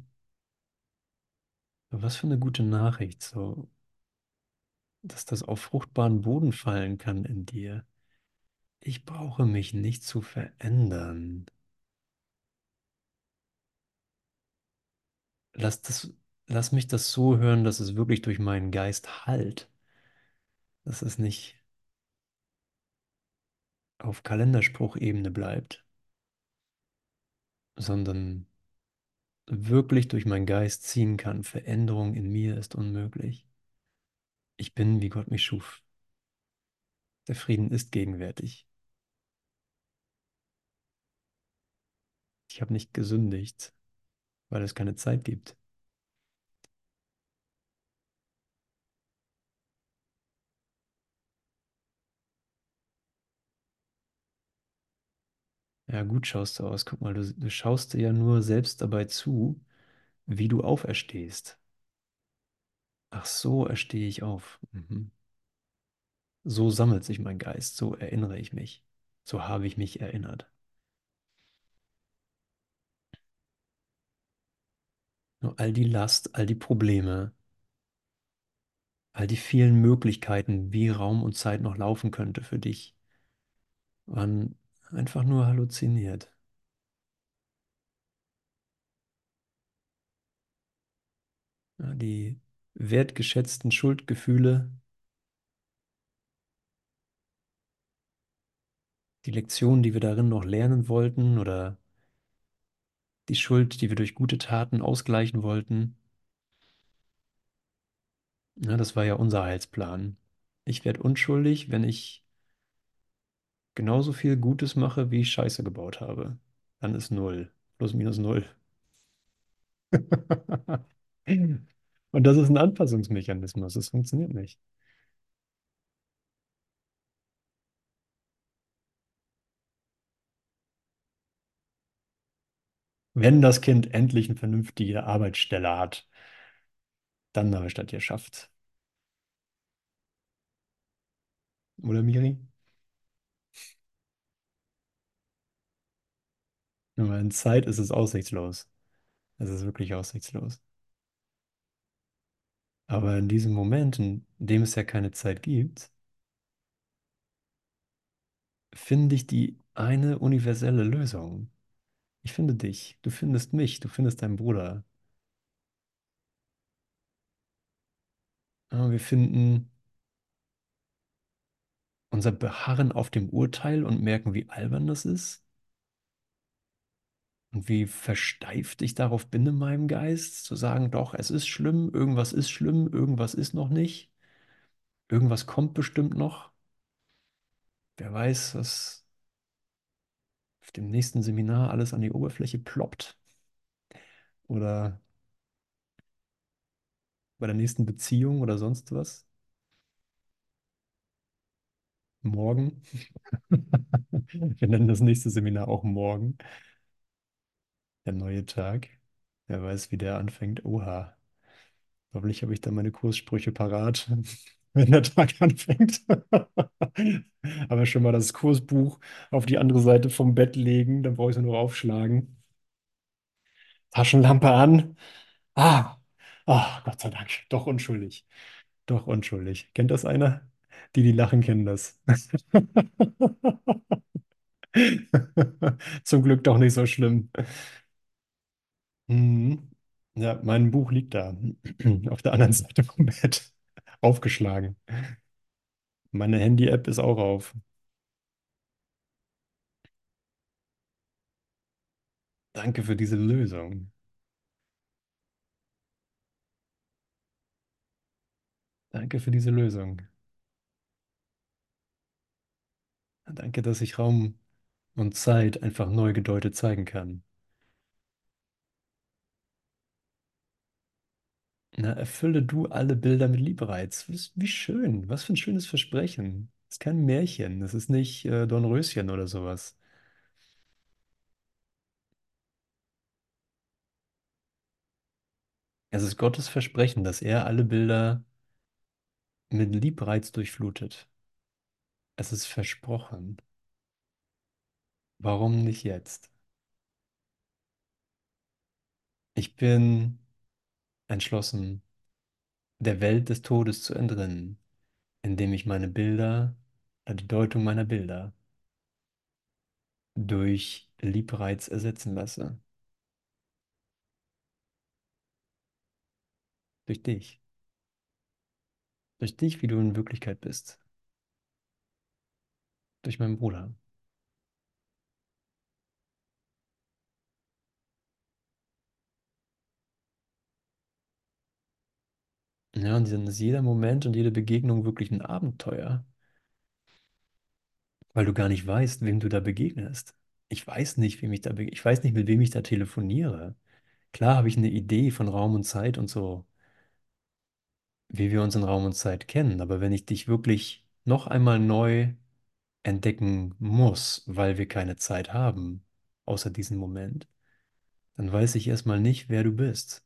Was für eine gute Nachricht, so, dass das auf fruchtbaren Boden fallen kann in dir. Ich brauche mich nicht zu verändern. Lass das, lass mich das so hören, dass es wirklich durch meinen Geist hallt. Dass es nicht auf Kalenderspruchebene bleibt, sondern wirklich durch meinen Geist ziehen kann. Veränderung in mir ist unmöglich. Ich bin, wie Gott mich schuf. Der Frieden ist gegenwärtig. Ich habe nicht gesündigt, weil es keine Zeit gibt. Ja, gut schaust du aus. Guck mal, du, du schaust dir ja nur selbst dabei zu, wie du auferstehst. Ach so, erstehe ich auf. Mhm. So sammelt sich mein Geist, so erinnere ich mich. So habe ich mich erinnert. Nur all die Last, all die Probleme, all die vielen Möglichkeiten, wie Raum und Zeit noch laufen könnte für dich, waren einfach nur halluziniert. Ja, die wertgeschätzten Schuldgefühle, die Lektionen, die wir darin noch lernen wollten oder Die Schuld, die wir durch gute Taten ausgleichen wollten. Ja, das war ja unser Heilsplan. Ich werde unschuldig, wenn ich genauso viel Gutes mache, wie ich Scheiße gebaut habe. Dann ist null. Plus minus null. Und das ist ein Anpassungsmechanismus. Das funktioniert nicht. Wenn das Kind endlich eine vernünftige Arbeitsstelle hat, dann habe ich das geschafft. Oder Miri? Aber in Zeit ist es aussichtslos. Es ist wirklich aussichtslos. Aber in diesem Moment, in dem es ja keine Zeit gibt, finde ich die eine universelle Lösung. Ich finde dich, du findest mich, du findest deinen Bruder. Aber wir finden unser Beharren auf dem Urteil und merken, wie albern das ist und wie versteift ich darauf bin in meinem Geist, zu sagen, doch, es ist schlimm, irgendwas ist schlimm, irgendwas ist noch nicht, irgendwas kommt bestimmt noch. Wer weiß, was auf dem nächsten Seminar alles an die Oberfläche ploppt oder bei der nächsten Beziehung oder sonst was. Morgen. Wir nennen das nächste Seminar auch morgen. Der neue Tag. Wer weiß, wie der anfängt. Oha. Hoffentlich habe ich da meine Kurssprüche parat, wenn der Tag anfängt. Aber schon mal das Kursbuch auf die andere Seite vom Bett legen, dann brauche ich es nur aufschlagen. Taschenlampe an. Ah, ah, Gott sei Dank. Doch unschuldig. Doch unschuldig. Kennt das einer? Die, die lachen, kennen das. Zum Glück doch nicht so schlimm. Mhm. Ja, mein Buch liegt da. Auf der anderen Seite vom Bett. Aufgeschlagen. Meine Handy-App ist auch auf. Danke für diese Lösung. Danke für diese Lösung. Danke, dass ich Raum und Zeit einfach neu gedeutet zeigen kann. Na, erfülle du alle Bilder mit Liebreiz. Wie wie schön. Was für ein schönes Versprechen. Das ist kein Märchen. Das ist nicht äh, Dornröschen oder sowas. Es ist Gottes Versprechen, dass er alle Bilder mit Liebreiz durchflutet. Es ist versprochen. Warum nicht jetzt? Ich bin entschlossen, der Welt des Todes zu entrinnen, indem ich meine Bilder, äh, die Deutung meiner Bilder durch Liebreiz ersetzen lasse. Durch dich. Durch dich, wie du in Wirklichkeit bist. Durch meinen Bruder. Ja, und dann ist jeder Moment und jede Begegnung wirklich ein Abenteuer, weil du gar nicht weißt, wem du da begegnest. Ich weiß nicht, wem ich da bege- ich weiß nicht, mit wem ich da telefoniere. Klar habe ich eine Idee von Raum und Zeit und so, wie wir uns in Raum und Zeit kennen, aber wenn ich dich wirklich noch einmal neu entdecken muss, weil wir keine Zeit haben, außer diesem Moment, dann weiß ich erstmal nicht, wer du bist.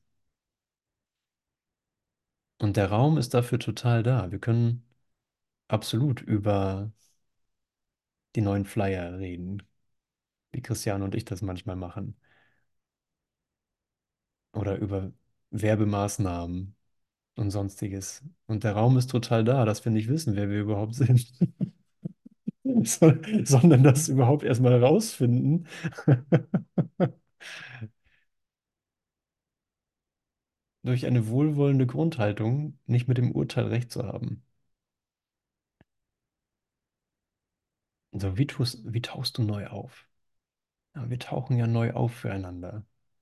Und der Raum ist dafür total da. Wir können absolut über die neuen Flyer reden, wie Christian und ich das manchmal machen. Oder über Werbemaßnahmen und sonstiges. Und der Raum ist total da, dass wir nicht wissen, wer wir überhaupt sind. So- Sondern das überhaupt erstmal rausfinden. Durch eine wohlwollende Grundhaltung, nicht mit dem Urteil recht zu haben. So, wie tust, wie tauchst du neu auf? Ja, wir tauchen ja neu auf füreinander.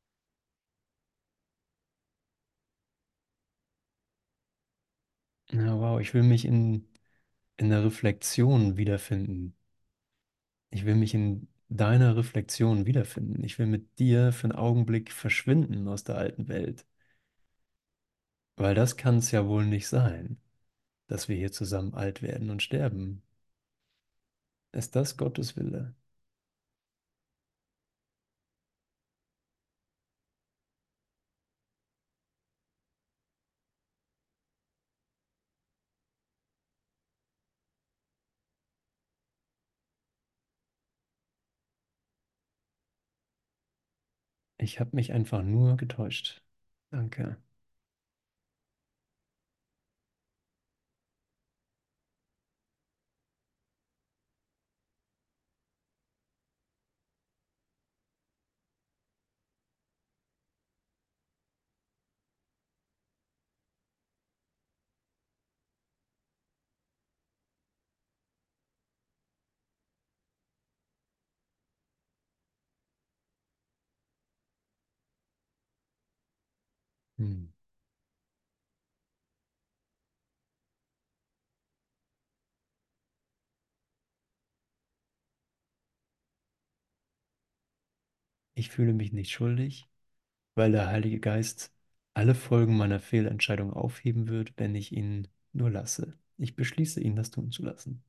Ja, wow, ich will mich in, in der Reflexion wiederfinden. Ich will mich in deiner Reflexion wiederfinden. Ich will mit dir für einen Augenblick verschwinden aus der alten Welt. Weil das kann es ja wohl nicht sein, dass wir hier zusammen alt werden und sterben. Ist das Gottes Wille? Ich habe mich einfach nur getäuscht. Danke. Hm. Ich fühle mich nicht schuldig, weil der Heilige Geist alle Folgen meiner Fehlentscheidung aufheben wird, wenn ich ihn nur lasse. Ich beschließe, ihn das tun zu lassen.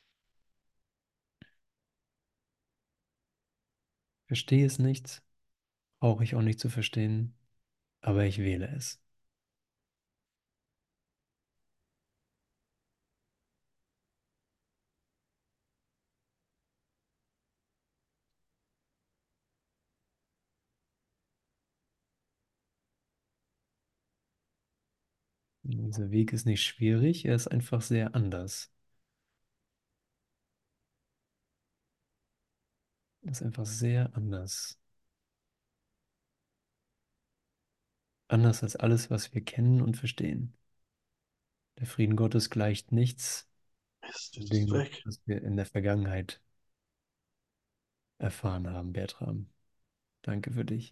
Verstehe es nicht, brauche ich auch nicht zu verstehen, aber ich wähle es. Dieser Weg ist nicht schwierig, er ist einfach sehr anders. Er ist einfach sehr anders. Anders als alles, was wir kennen und verstehen. Der Frieden Gottes gleicht nichts Ist von jetzt dem, weg. was wir in der Vergangenheit erfahren haben, Bertram. Danke für dich.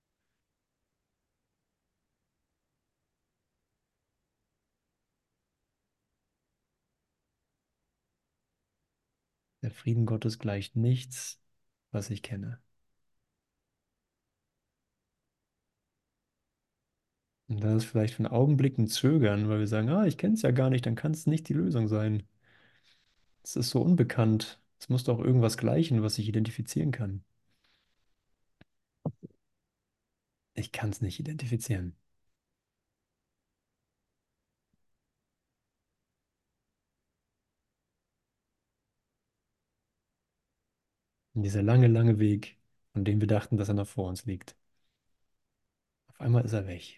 Der Frieden Gottes gleicht nichts, was ich kenne. Und das ist vielleicht für einen Augenblick ein Zögern, weil wir sagen, ah, ich kenne es ja gar nicht, dann kann es nicht die Lösung sein. Es ist so unbekannt. Es muss doch irgendwas gleichen, was ich identifizieren kann. Ich kann es nicht identifizieren. Und dieser lange, lange Weg, von dem wir dachten, dass er noch vor uns liegt. Auf einmal ist er weg.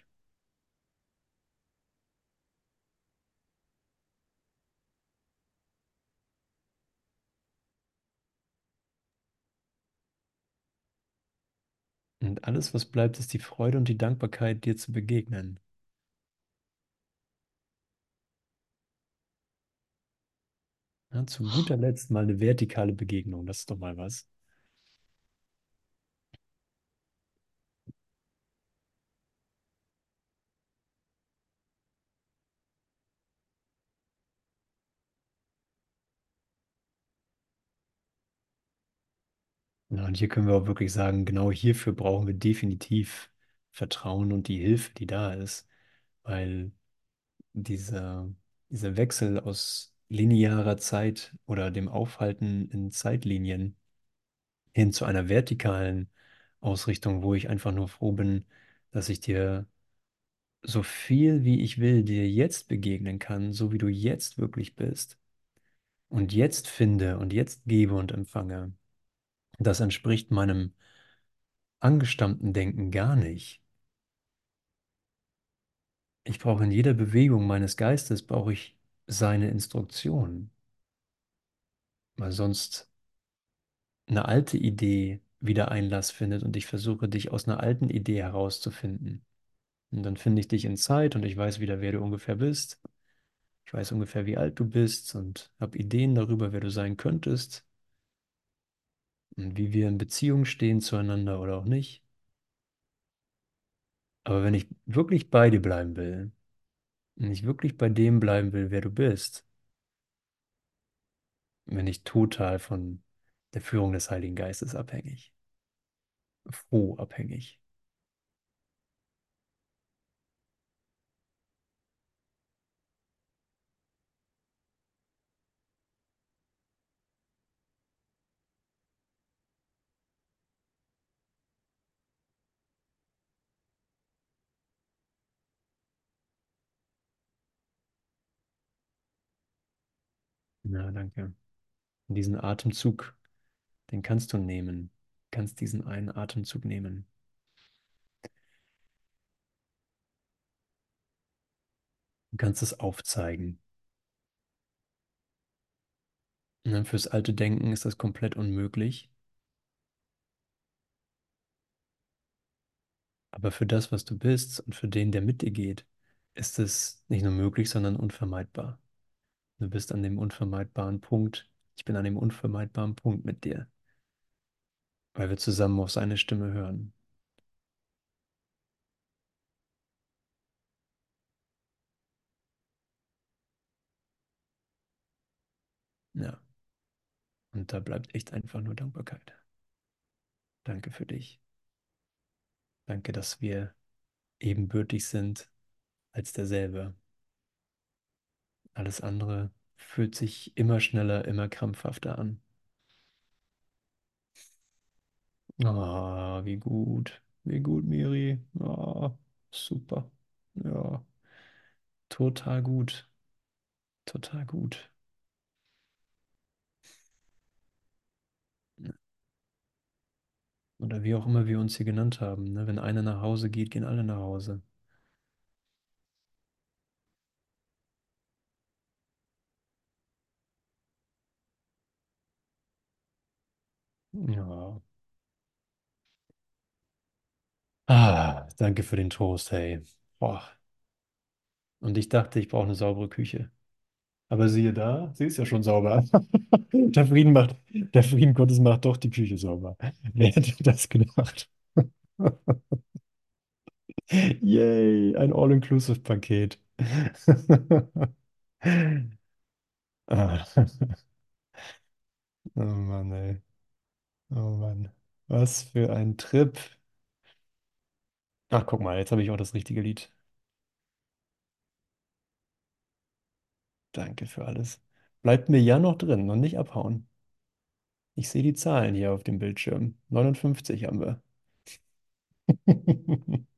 Und alles, was bleibt, ist die Freude und die Dankbarkeit, dir zu begegnen. Ja, zu guter Letzt mal eine vertikale Begegnung, das ist doch mal was. Ja, und hier können wir auch wirklich sagen, genau hierfür brauchen wir definitiv Vertrauen und die Hilfe, die da ist, weil dieser, dieser Wechsel aus linearer Zeit oder dem Aufhalten in Zeitlinien hin zu einer vertikalen Ausrichtung, wo ich einfach nur froh bin, dass ich dir so viel wie ich will dir jetzt begegnen kann, so wie du jetzt wirklich bist und jetzt finde und jetzt gebe und empfange. Das entspricht meinem angestammten Denken gar nicht. Ich brauche in jeder Bewegung meines Geistes, brauche ich seine Instruktion, weil sonst eine alte Idee wieder Einlass findet und ich versuche, dich aus einer alten Idee herauszufinden. Und dann finde ich dich in Zeit und ich weiß wieder, wer du ungefähr bist. Ich weiß ungefähr, wie alt du bist und habe Ideen darüber, wer du sein könntest und wie wir in Beziehung stehen zueinander oder auch nicht. Aber wenn ich wirklich bei dir bleiben will, nicht wirklich bei dem bleiben will, wer du bist, bin ich total von der Führung des Heiligen Geistes abhängig, froh abhängig. Na, danke. Und diesen Atemzug, den kannst du nehmen. Du kannst diesen einen Atemzug nehmen. Du kannst es aufzeigen. Und dann fürs alte Denken ist das komplett unmöglich. Aber für das, was du bist und für den, der mit dir geht, ist es nicht nur möglich, sondern unvermeidbar. Du bist an dem unvermeidbaren Punkt. Ich bin an dem unvermeidbaren Punkt mit dir, weil wir zusammen auf seine Stimme hören. Ja, und da bleibt echt einfach nur Dankbarkeit. Danke für dich. Danke, dass wir ebenbürtig sind als derselbe. Alles andere fühlt sich immer schneller, immer krampfhafter an. Ah, wie gut. Wie gut, Miri. Ah, super. Ja, total gut. Total gut. Oder wie auch immer wir uns hier genannt haben. Ne? Wenn einer nach Hause geht, gehen alle nach Hause. Ja. Ah, danke für den Toast, hey. Boah. Und ich dachte, ich brauche eine saubere Küche. Aber siehe da, sie ist ja schon sauber. Der Frieden macht, der Frieden Gottes macht doch die Küche sauber. Wer hätte das gedacht? Yay, ein All-Inclusive-Paket. Ah. Oh Mann, ey. Oh Mann. Was für ein Trip. Ach, guck mal, jetzt habe ich auch das richtige Lied. Danke für alles. Bleibt mir ja noch drin und nicht abhauen. Ich sehe die Zahlen hier auf dem Bildschirm. neunundfünfzig haben wir.